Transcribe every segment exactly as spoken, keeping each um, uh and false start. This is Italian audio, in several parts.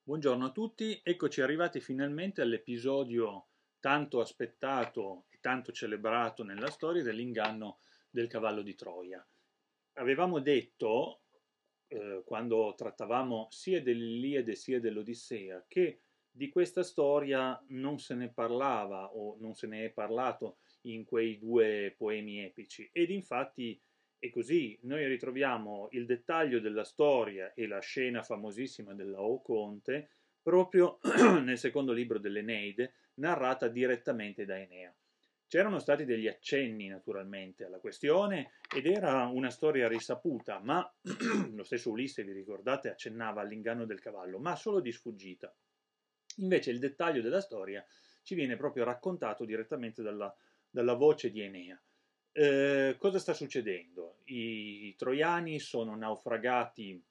Buongiorno a tutti, eccoci arrivati finalmente all'episodio tanto aspettato e tanto celebrato nella storia dell'inganno del cavallo di Troia. Avevamo detto, eh, quando trattavamo sia dell'Iliade sia dell'Odissea, che di questa storia non se ne parlava o non se ne è parlato in quei due poemi epici ed infatti è così, noi ritroviamo il dettaglio della storia e la scena famosissima del Laocoonte proprio nel secondo libro dell'Eneide, narrata direttamente da Enea. C'erano stati degli accenni naturalmente alla questione ed era una storia risaputa, ma lo stesso Ulisse, vi ricordate, accennava all'inganno del cavallo, ma solo di sfuggita. Invece il dettaglio della storia ci viene proprio raccontato direttamente dalla, dalla voce di Enea. Eh, cosa sta succedendo? I, i troiani sono naufragati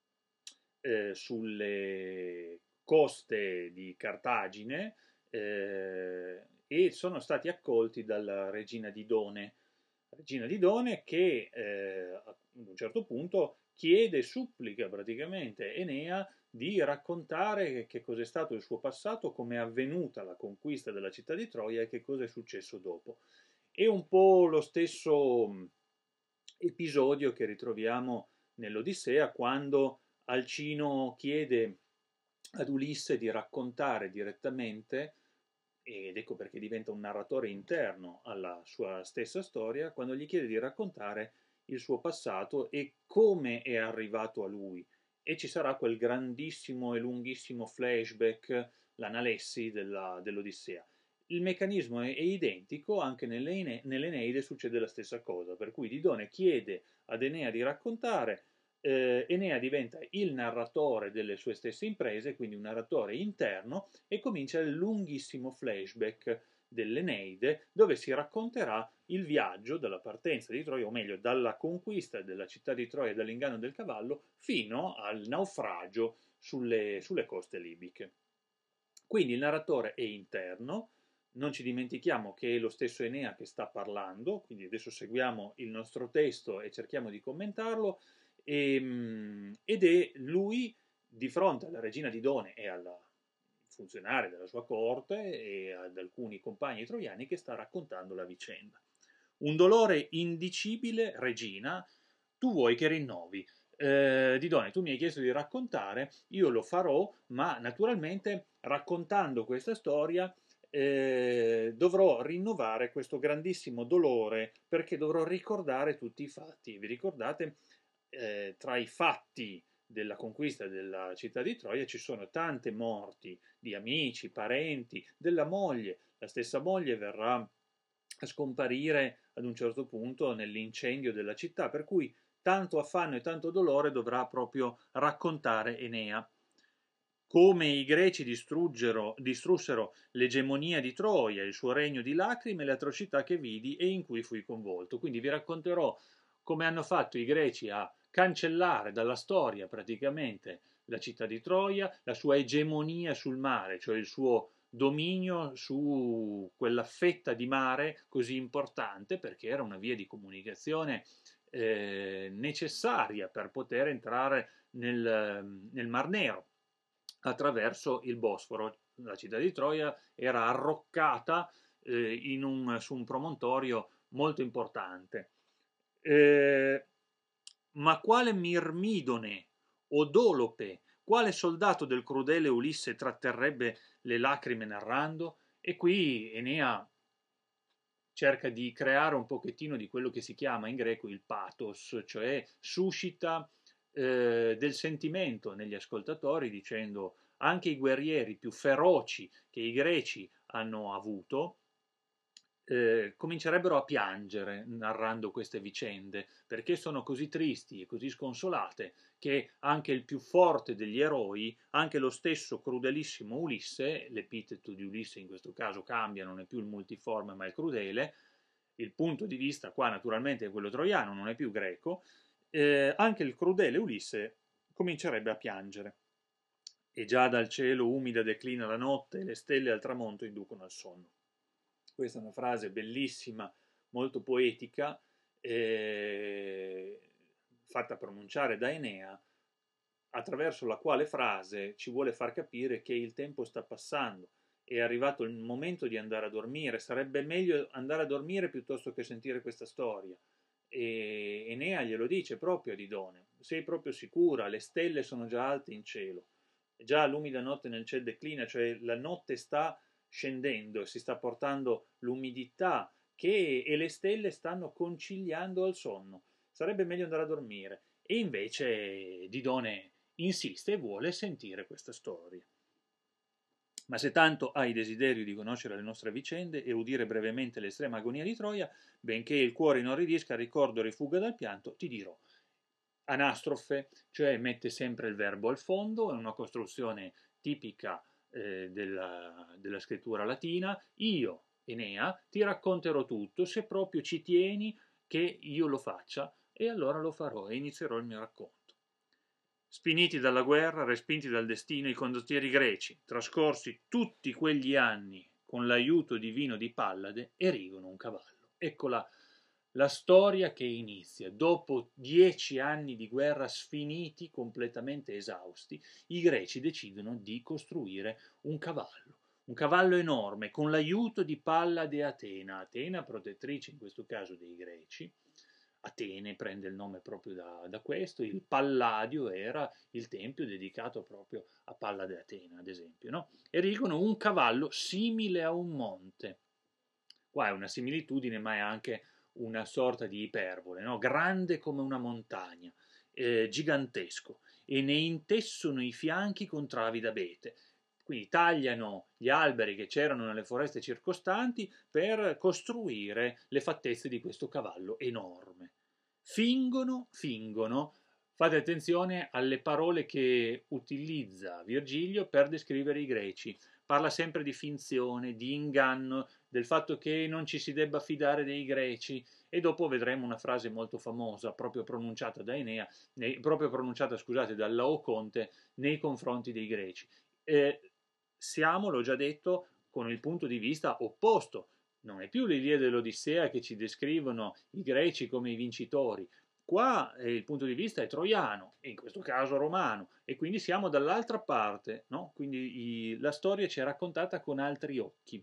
eh, sulle coste di Cartagine eh, e sono stati accolti dalla regina Didone. Regina Didone che eh, ad un certo punto chiede, supplica praticamente Enea di raccontare che cos'è stato il suo passato, come è avvenuta la conquista della città di Troia e che cosa è successo dopo. È un po' lo stesso episodio che ritroviamo nell'Odissea quando Alcino chiede ad Ulisse di raccontare direttamente, ed ecco perché diventa un narratore interno alla sua stessa storia, quando gli chiede di raccontare il suo passato e come è arrivato a lui. E ci sarà quel grandissimo e lunghissimo flashback, l'analessi della, dell'Odissea. Il meccanismo è, è identico, anche nell'Eneide succede la stessa cosa, per cui Didone chiede ad Enea di raccontare, eh, Enea diventa il narratore delle sue stesse imprese, quindi un narratore interno, e comincia il lunghissimo flashback dell'Eneide, dove si racconterà il viaggio dalla partenza di Troia, o meglio, dalla conquista della città di Troia e dall'inganno del cavallo, fino al naufragio sulle, sulle coste libiche. Quindi il narratore è interno, non ci dimentichiamo che è lo stesso Enea che sta parlando, quindi adesso seguiamo il nostro testo e cerchiamo di commentarlo, e, ed è lui di fronte alla regina Didone e al funzionario della sua corte e ad alcuni compagni troiani che sta raccontando la vicenda. Un dolore indicibile, regina, tu vuoi che rinnovi. Eh, Didone, tu mi hai chiesto di raccontare, io lo farò, ma naturalmente raccontando questa storia eh, dovrò rinnovare questo grandissimo dolore perché dovrò ricordare tutti i fatti. Vi ricordate, eh, tra i fatti della conquista della città di Troia ci sono tante morti di amici, parenti, della moglie. La stessa moglie verrà a scomparire ad un certo punto nell'incendio della città, per cui tanto affanno e tanto dolore dovrà proprio raccontare Enea. Come i greci distrussero l'egemonia di Troia, il suo regno di lacrime, le atrocità che vidi e in cui fui coinvolto. Quindi vi racconterò come hanno fatto i greci a cancellare dalla storia praticamente la città di Troia, la sua egemonia sul mare, cioè il suo dominio su quella fetta di mare così importante perché era una via di comunicazione eh, necessaria per poter entrare nel, nel Mar Nero attraverso il Bosforo. La città di Troia era arroccata eh, in un, su un promontorio molto importante. Eh, ma quale Mirmidone o Dolope, quale soldato del crudele Ulisse tratterrebbe le lacrime narrando? E qui Enea cerca di creare un pochettino di quello che si chiama in greco il pathos, cioè suscita eh, del sentimento negli ascoltatori dicendo anche i guerrieri più feroci che i greci hanno avuto eh, comincerebbero a piangere narrando queste vicende perché sono così tristi e così sconsolate che anche il più forte degli eroi, anche lo stesso crudelissimo Ulisse, l'epiteto di Ulisse in questo caso cambia, non è più il multiforme ma il crudele, il punto di vista qua naturalmente è quello troiano, non è più greco, eh, anche il crudele Ulisse comincerebbe a piangere. E già dal cielo umida declina la notte e le stelle al tramonto inducono al sonno. Questa è una frase bellissima, molto poetica, eh, fatta pronunciare da Enea attraverso la quale frase ci vuole far capire che il tempo sta passando, è arrivato il momento di andare a dormire, sarebbe meglio andare a dormire piuttosto che sentire questa storia. E Enea glielo dice proprio a Didone: sei proprio sicura? Le stelle sono già alte in cielo, già l'umida notte nel cielo declina, cioè la notte sta scendendo, si sta portando l'umidità che, e le stelle stanno conciliando al sonno, sarebbe meglio andare a dormire. E invece Didone insiste e vuole sentire questa storia. Ma se tanto hai desiderio di conoscere le nostre vicende e udire brevemente l'estrema agonia di Troia, benché il cuore inorridisca, il ricordo rifuga dal pianto, ti dirò. Anastrofe, cioè mette sempre il verbo al fondo, è una costruzione tipica eh, della, della scrittura latina. Io, Enea, ti racconterò tutto, se proprio ci tieni che io lo faccia, e allora lo farò e inizierò il mio racconto. Sfiniti dalla guerra, respinti dal destino, i condottieri greci, trascorsi tutti quegli anni con l'aiuto divino di Pallade, erigono un cavallo. Ecco la, la storia che inizia. Dopo dieci anni di guerra sfiniti, completamente esausti, i greci decidono di costruire un cavallo. Un cavallo enorme, con l'aiuto di Pallade e Atena, Atena protettrice in questo caso dei greci. Atene prende il nome proprio da, da questo, il Palladio era il tempio dedicato proprio a Pallade Atena, ad esempio, no? Erigono un cavallo simile a un monte. Qua è una similitudine, ma è anche una sorta di iperbole, no? Grande come una montagna, eh, gigantesco, e ne intessono i fianchi con travi d'abete. Quindi tagliano gli alberi che c'erano nelle foreste circostanti per costruire le fattezze di questo cavallo enorme. Fingono, fingono, fate attenzione alle parole che utilizza Virgilio per descrivere i greci. Parla sempre di finzione, di inganno, del fatto che non ci si debba fidare dei greci, e dopo vedremo una frase molto famosa, proprio pronunciata da Enea, nei, proprio pronunciata, scusate, dal Laoconte nei confronti dei greci. Eh, siamo, l'ho già detto, con il punto di vista opposto. Non è più l'Iliade e l'Odissea che ci descrivono i greci come i vincitori. Qua eh, il punto di vista è troiano, e in questo caso romano, e quindi siamo dall'altra parte, no? Quindi i, la storia ci è raccontata con altri occhi.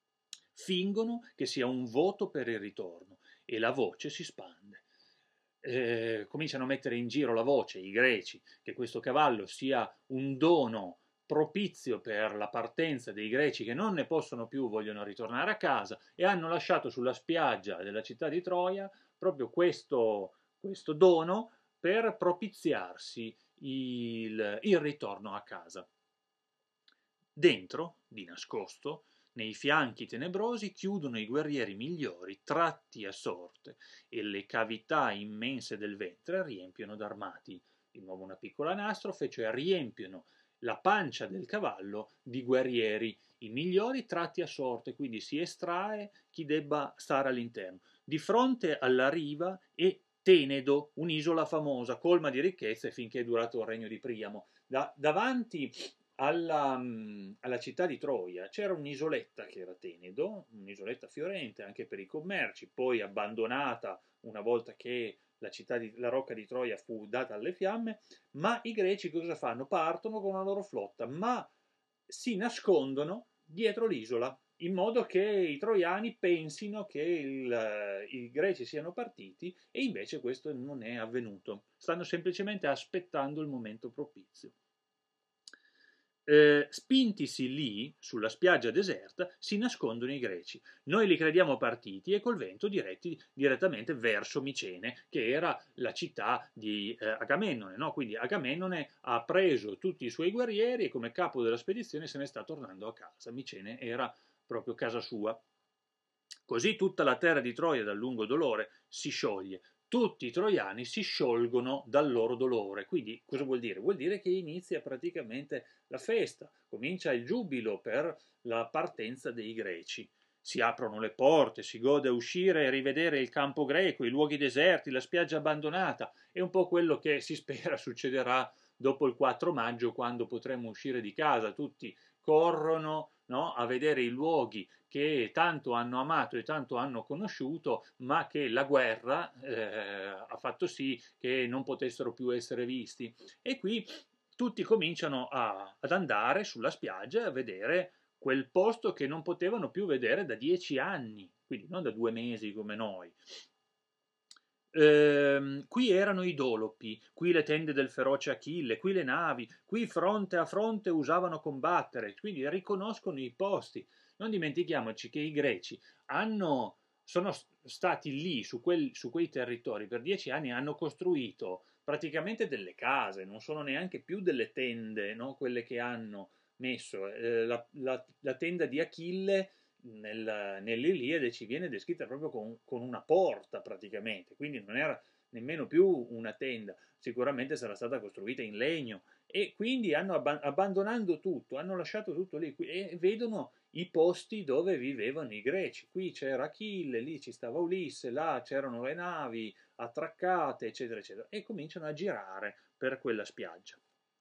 Fingono che sia un voto per il ritorno, e la voce si spande. Eh, cominciano a mettere in giro la voce, i greci, che questo cavallo sia un dono propizio per la partenza dei greci che non ne possono più, vogliono ritornare a casa, e hanno lasciato sulla spiaggia della città di Troia proprio questo, questo dono per propiziarsi il, il ritorno a casa. Dentro, di nascosto, nei fianchi tenebrosi chiudono i guerrieri migliori tratti a sorte, e le cavità immense del ventre riempiono d'armati. Di nuovo una piccola anastrofe, cioè riempiono la pancia del cavallo di guerrieri, i migliori tratti a sorte, quindi si estrae chi debba stare all'interno. Di fronte alla riva è Tenedo, un'isola famosa, colma di ricchezze finché è durato il regno di Priamo. Da, davanti alla, alla città di Troia c'era un'isoletta che era Tenedo, un'isoletta fiorente anche per i commerci, poi abbandonata una volta che la, città di, la rocca di Troia fu data alle fiamme. Ma i greci cosa fanno? Partono con la loro flotta, ma si nascondono dietro l'isola, in modo che i troiani pensino che il, i greci siano partiti, e invece questo non è avvenuto. Stanno semplicemente aspettando il momento propizio. Eh, spintisi lì, sulla spiaggia deserta, si nascondono i greci. Noi li crediamo partiti e col vento diretti direttamente verso Micene, che era la città di eh, Agamennone, no? Quindi Agamennone ha preso tutti i suoi guerrieri e come capo della spedizione se ne sta tornando a casa. Micene era proprio casa sua. Così tutta la terra di Troia dal lungo dolore si scioglie. Tutti i troiani si sciolgono dal loro dolore. Quindi cosa vuol dire? Vuol dire che inizia praticamente la festa, comincia il giubilo per la partenza dei greci. Si aprono le porte, si gode a uscire e rivedere il campo greco, i luoghi deserti, la spiaggia abbandonata. È un po' quello che si spera succederà dopo il quattro maggio, quando potremo uscire di casa. Tutti corrono, no, a vedere i luoghi che tanto hanno amato e tanto hanno conosciuto, ma che la guerra eh, ha fatto sì che non potessero più essere visti. E qui tutti cominciano a, ad andare sulla spiaggia a vedere quel posto che non potevano più vedere da dieci anni, quindi non da due mesi come noi. Ehm, qui erano i Dolopi, qui le tende del feroce Achille, qui le navi, qui fronte a fronte usavano combattere, quindi riconoscono i posti. Non dimentichiamoci che i greci hanno, sono stati lì su, quel, su quei territori per dieci anni, hanno costruito praticamente delle case, non sono neanche più delle tende, no? Quelle che hanno messo. Eh, la, la, la tenda di Achille nel, nell'Iliade ci viene descritta proprio con, con una porta praticamente, quindi non era nemmeno più una tenda, sicuramente sarà stata costruita in legno e quindi hanno abba- abbandonando tutto, hanno lasciato tutto lì e vedono i posti dove vivevano i greci. Qui c'era Achille, lì ci stava Ulisse, là c'erano le navi attraccate, eccetera, eccetera, e cominciano a girare per quella spiaggia.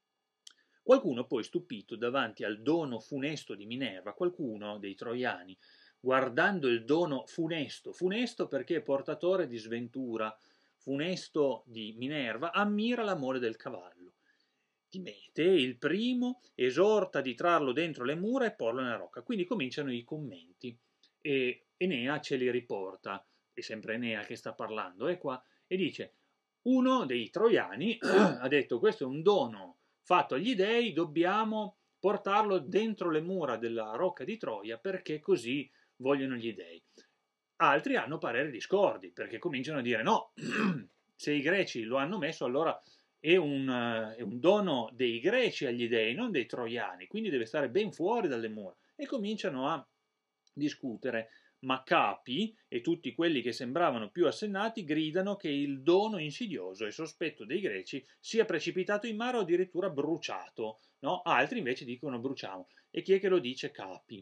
Qualcuno poi, stupito davanti al dono funesto di Minerva, qualcuno dei troiani, guardando il dono funesto, funesto perché portatore di sventura, funesto di Minerva, ammira l'amore del cavallo. Timete, il primo, esorta di trarlo dentro le mura e porlo nella rocca. Quindi cominciano i commenti e Enea ce li riporta, è sempre Enea che sta parlando, è qua, e dice, uno dei troiani ha detto questo è un dono fatto agli dei, dobbiamo portarlo dentro le mura della rocca di Troia perché così vogliono gli dei. Altri hanno pareri discordi perché cominciano a dire no, se i greci lo hanno messo allora è un, uh, è un dono dei greci agli dei, non dei troiani, quindi deve stare ben fuori dalle mura. E cominciano a discutere, ma Capi e tutti quelli che sembravano più assennati gridano che il dono insidioso e sospetto dei greci sia precipitato in mare o addirittura bruciato, no? Altri invece dicono bruciamo. E chi è che lo dice? Capi.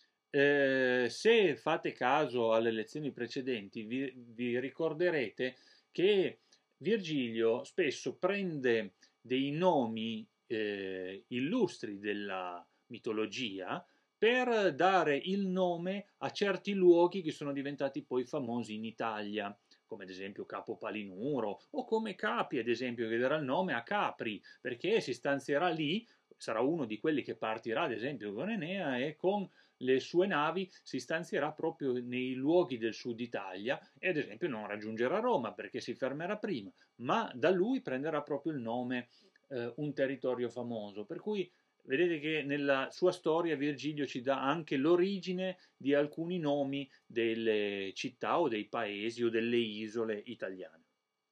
Eh, se fate caso alle lezioni precedenti, vi, vi ricorderete che Virgilio spesso prende dei nomi eh, illustri della mitologia per dare il nome a certi luoghi che sono diventati poi famosi in Italia, come ad esempio Capo Palinuro o come Capi, ad esempio, che darà il nome a Capri, perché si stanzierà lì, sarà uno di quelli che partirà, ad esempio, con Enea e con le sue navi si stanzierà proprio nei luoghi del sud Italia e ad esempio non raggiungerà Roma perché si fermerà prima, ma da lui prenderà proprio il nome eh, un territorio famoso. Per cui vedete che nella sua storia Virgilio ci dà anche l'origine di alcuni nomi delle città o dei paesi o delle isole italiane.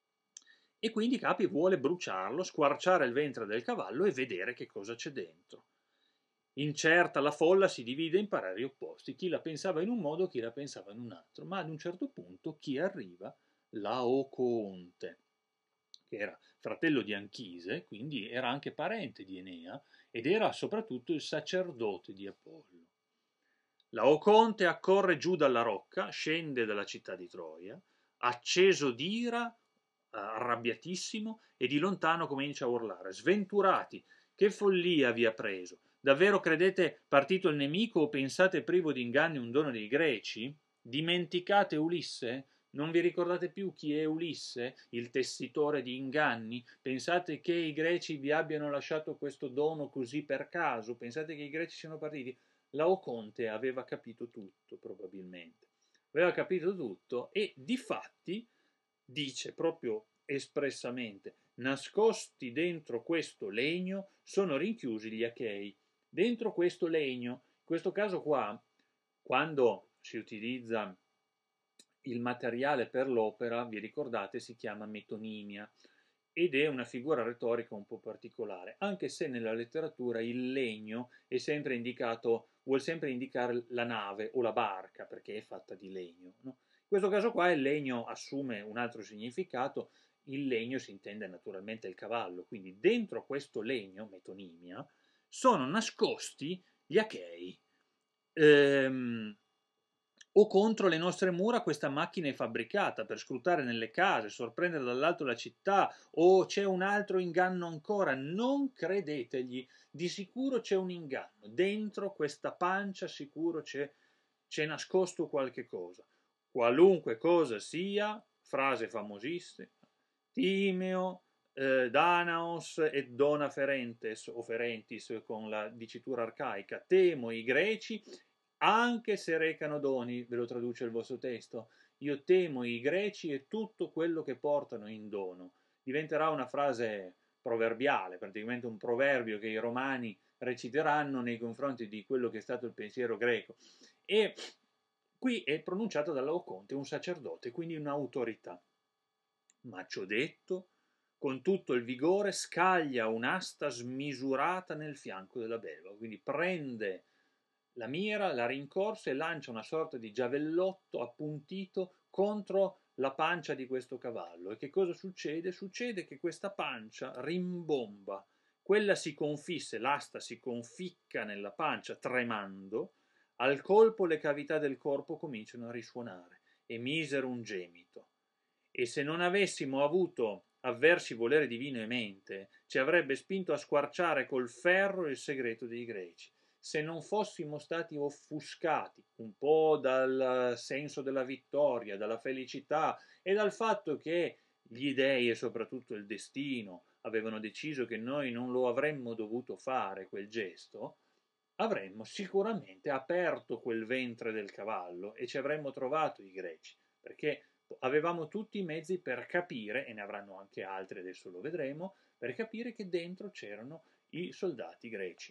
E quindi Capi vuole bruciarlo, squarciare il ventre del cavallo e vedere che cosa c'è dentro. Incerta la folla si divide in pareri opposti, chi la pensava in un modo, chi la pensava in un altro, ma ad un certo punto chi arriva? Laocoonte, che era fratello di Anchise, quindi era anche parente di Enea ed era soprattutto il sacerdote di Apollo. Laocoonte accorre giù dalla rocca, scende dalla città di Troia, acceso d'ira, arrabbiatissimo, e di lontano comincia a urlare: Sventurati, che follia vi ha preso? Davvero credete partito il nemico o pensate privo di inganni un dono dei greci? Dimenticate Ulisse? Non vi ricordate più chi è Ulisse, il tessitore di inganni? Pensate che i greci vi abbiano lasciato questo dono così per caso? Pensate che i greci siano partiti? Laoconte aveva capito tutto, probabilmente. Aveva capito tutto e difatti dice proprio espressamente: nascosti dentro questo legno sono rinchiusi gli Achei. Dentro questo legno, in questo caso qua, quando si utilizza il materiale per l'opera, vi ricordate, si chiama metonimia ed è una figura retorica un po' particolare, anche se nella letteratura il legno è sempre indicato, vuol sempre indicare la nave o la barca perché è fatta di legno. No? In questo caso qua il legno assume un altro significato, il legno si intende naturalmente il cavallo, quindi dentro questo legno, metonimia, sono nascosti gli Achei. Ehm, o contro le nostre mura questa macchina è fabbricata per scrutare nelle case, sorprendere dall'alto la città, o c'è un altro inganno ancora, non credetegli, di sicuro c'è un inganno, dentro questa pancia sicuro c'è, c'è nascosto qualche cosa, qualunque cosa sia, frase famosissima, Timeo, eh, Danaos et dona ferentes o ferentis con la dicitura arcaica, temo i greci anche se recano doni, ve lo traduce il vostro testo, io temo i greci e tutto quello che portano in dono. Diventerà una frase proverbiale, praticamente un proverbio che i romani reciteranno nei confronti di quello che è stato il pensiero greco. E qui è pronunciato da Laoconte, un sacerdote, quindi un'autorità. Ma ciò detto, con tutto il vigore scaglia un'asta smisurata nel fianco della belva, quindi prende la mira, la rincorsa e lancia una sorta di giavellotto appuntito contro la pancia di questo cavallo. E che cosa succede? Succede che questa pancia rimbomba, quella si confisse, l'asta si conficca nella pancia tremando, al colpo le cavità del corpo cominciano a risuonare, e misero un gemito. E se non avessimo avuto avversi volere divino e mente, ci avrebbe spinto a squarciare col ferro il segreto dei greci. Se non fossimo stati offuscati un po' dal senso della vittoria, dalla felicità e dal fatto che gli dei e soprattutto il destino avevano deciso che noi non lo avremmo dovuto fare quel gesto, avremmo sicuramente aperto quel ventre del cavallo e ci avremmo trovato i greci, perché avevamo tutti i mezzi per capire, e ne avranno anche altri, adesso lo vedremo, per capire che dentro c'erano i soldati greci.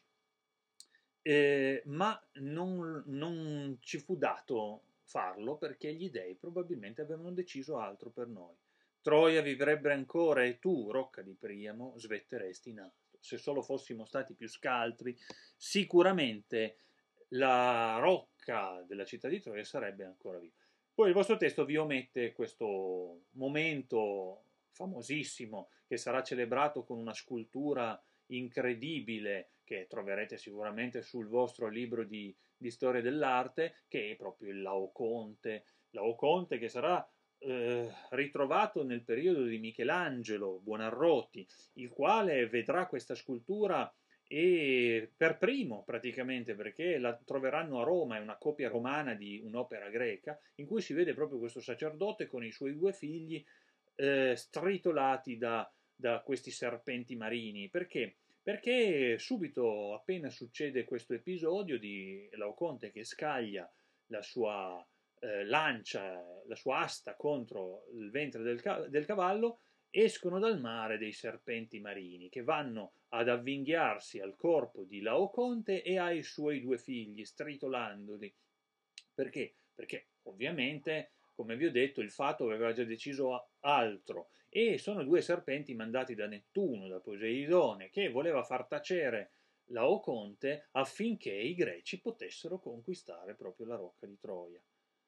Eh, ma non, non ci fu dato farlo perché gli dei probabilmente avevano deciso altro per noi. Troia vivrebbe ancora e tu, rocca di Priamo, svetteresti in alto. Se solo fossimo stati più scaltri, sicuramente la rocca della città di Troia sarebbe ancora viva. Poi il vostro testo vi omette questo momento famosissimo che sarà celebrato con una scultura incredibile che troverete sicuramente sul vostro libro di, di storia dell'arte, che è proprio il Laoconte, Laoconte che sarà eh, ritrovato nel periodo di Michelangelo Buonarroti, il quale vedrà questa scultura e per primo praticamente, perché la troveranno a Roma, è una copia romana di un'opera greca, in cui si vede proprio questo sacerdote con i suoi due figli eh, stritolati da, da questi serpenti marini. Perché? Perché subito appena succede questo episodio di Laoconte che scaglia la sua eh, lancia, la sua asta contro il ventre del, ca- del cavallo, escono dal mare dei serpenti marini che vanno ad avvinghiarsi al corpo di Laoconte e ai suoi due figli, stritolandoli. Perché? Perché ovviamente, come vi ho detto, il fato aveva già deciso altro e sono due serpenti mandati da Nettuno, da Poseidone, che voleva far tacere Laoconte affinché i greci potessero conquistare proprio la rocca di Troia.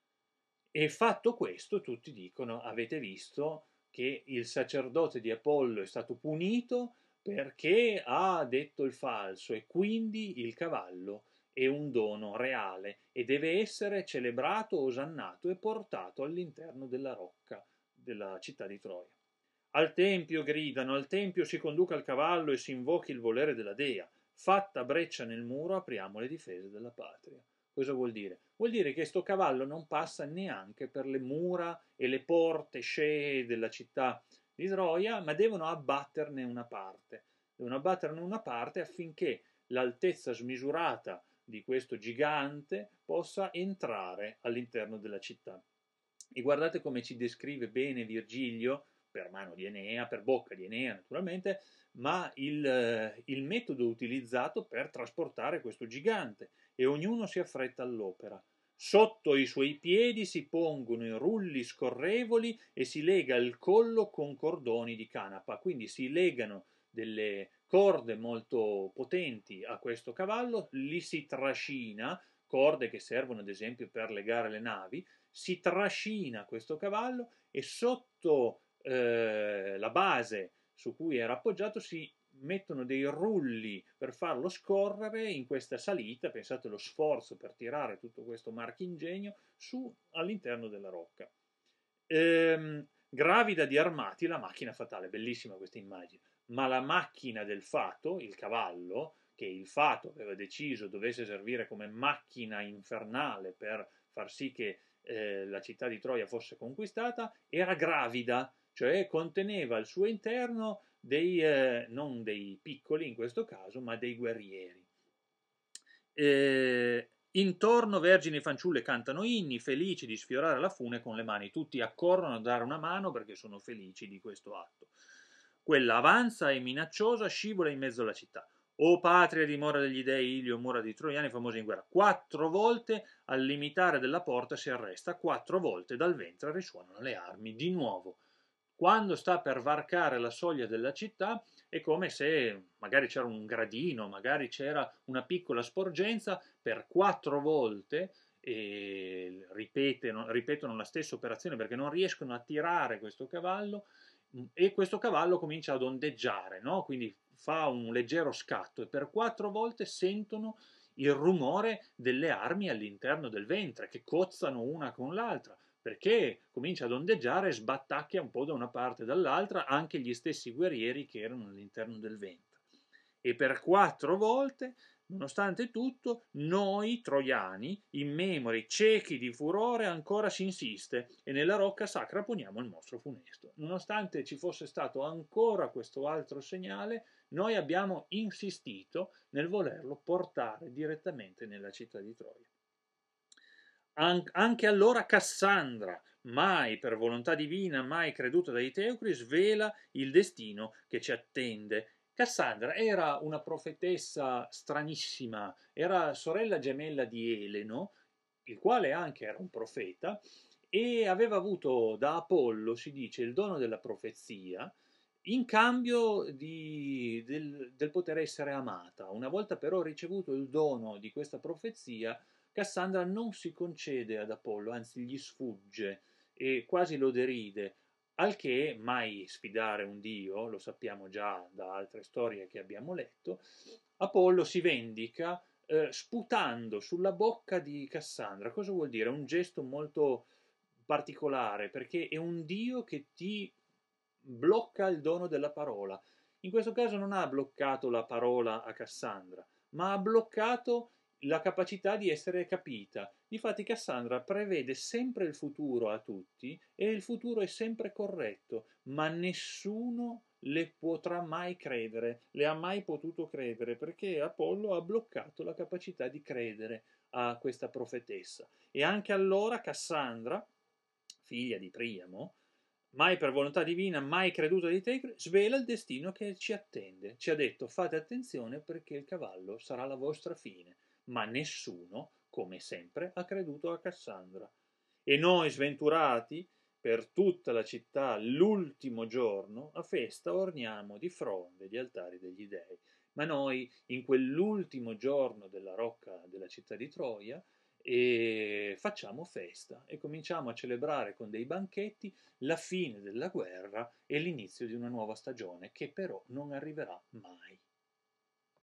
E fatto questo, tutti dicono, avete visto che il sacerdote di Apollo è stato punito perché ha detto il falso e quindi il cavallo è un dono reale e deve essere celebrato, osannato e portato all'interno della rocca della città di Troia. Al tempio gridano, al tempio si conduca il cavallo e si invochi il volere della dea. Fatta breccia nel muro apriamo le difese della patria. Cosa vuol dire? Vuol dire che sto cavallo non passa neanche per le mura e le porte scee della città di Troia, ma devono abbatterne una parte. Devono abbatterne una parte affinché l'altezza smisurata di questo gigante possa entrare all'interno della città. E guardate come ci descrive bene Virgilio, per mano di Enea, per bocca di Enea naturalmente, ma il, il metodo utilizzato per trasportare questo gigante, e ognuno si affretta all'opera. Sotto i suoi piedi si pongono i rulli scorrevoli e si lega il collo con cordoni di canapa, quindi si legano delle corde molto potenti a questo cavallo, li si trascina, corde che servono ad esempio per legare le navi, si trascina questo cavallo e sotto eh, la base su cui era appoggiato si mettono dei rulli per farlo scorrere in questa salita, pensate lo sforzo per tirare tutto questo marchingegno su all'interno della rocca. Ehm, gravida di armati la macchina fatale, bellissima questa immagine, ma la macchina del fato, il cavallo, che il fato aveva deciso dovesse servire come macchina infernale per far sì che eh, la città di Troia fosse conquistata, era gravida, cioè conteneva al suo interno dei, eh, non dei piccoli in questo caso, ma dei guerrieri. Eh, intorno vergini e fanciulle cantano inni, felici di sfiorare la fune con le mani. Tutti accorrono a dare una mano perché sono felici di questo atto. Quella avanza e minacciosa scivola in mezzo alla città. O patria dimora degli dei, Ilio, mura di Troiani, famosi in guerra. Quattro volte al limitare della porta si arresta, quattro volte dal ventre risuonano le armi. Di nuovo, quando sta per varcare la soglia della città, è come se magari c'era un gradino, magari c'era una piccola sporgenza, per quattro volte e ripetono, ripetono la stessa operazione perché non riescono a tirare questo cavallo e questo cavallo comincia ad ondeggiare, no? Quindi fa un leggero scatto e per quattro volte sentono il rumore delle armi all'interno del ventre che cozzano una con l'altra perché comincia ad ondeggiare e sbattacchia un po' da una parte e dall'altra anche gli stessi guerrieri che erano all'interno del ventre. E per quattro volte, nonostante tutto, noi troiani, immemori, ciechi di furore, ancora si insiste e nella rocca sacra poniamo il mostro funesto. Nonostante ci fosse stato ancora questo altro segnale, noi abbiamo insistito nel volerlo portare direttamente nella città di Troia. Anche allora Cassandra, mai per volontà divina, mai creduta dai Teucri, svela il destino che ci attende. Cassandra era una profetessa stranissima, era sorella gemella di Eleno, il quale anche era un profeta, e aveva avuto da Apollo, si dice, il dono della profezia, in cambio di, del, del poter essere amata. Una volta però ricevuto il dono di questa profezia, Cassandra non si concede ad Apollo, anzi gli sfugge e quasi lo deride, al che mai sfidare un dio, lo sappiamo già da altre storie che abbiamo letto, Apollo si vendica eh, sputando sulla bocca di Cassandra. Cosa vuol dire? È un gesto molto particolare perché è un dio che ti blocca il dono della parola. In questo caso non ha bloccato la parola a Cassandra, ma ha bloccato la capacità di essere capita. Difatti Cassandra prevede sempre il futuro a tutti e il futuro è sempre corretto, ma nessuno le potrà mai credere, le ha mai potuto credere, perché Apollo ha bloccato la capacità di credere a questa profetessa. E anche allora Cassandra, figlia di Priamo, mai per volontà divina, mai creduta di te, svela il destino che ci attende. Ci ha detto fate attenzione perché il cavallo sarà la vostra fine, ma nessuno, come sempre, ha creduto a Cassandra. E noi sventurati, per tutta la città, l'ultimo giorno, a festa orniamo di fronde gli altari degli dei. Ma noi, in quell'ultimo giorno della rocca della città di Troia, e facciamo festa e cominciamo a celebrare con dei banchetti la fine della guerra e l'inizio di una nuova stagione che però non arriverà mai.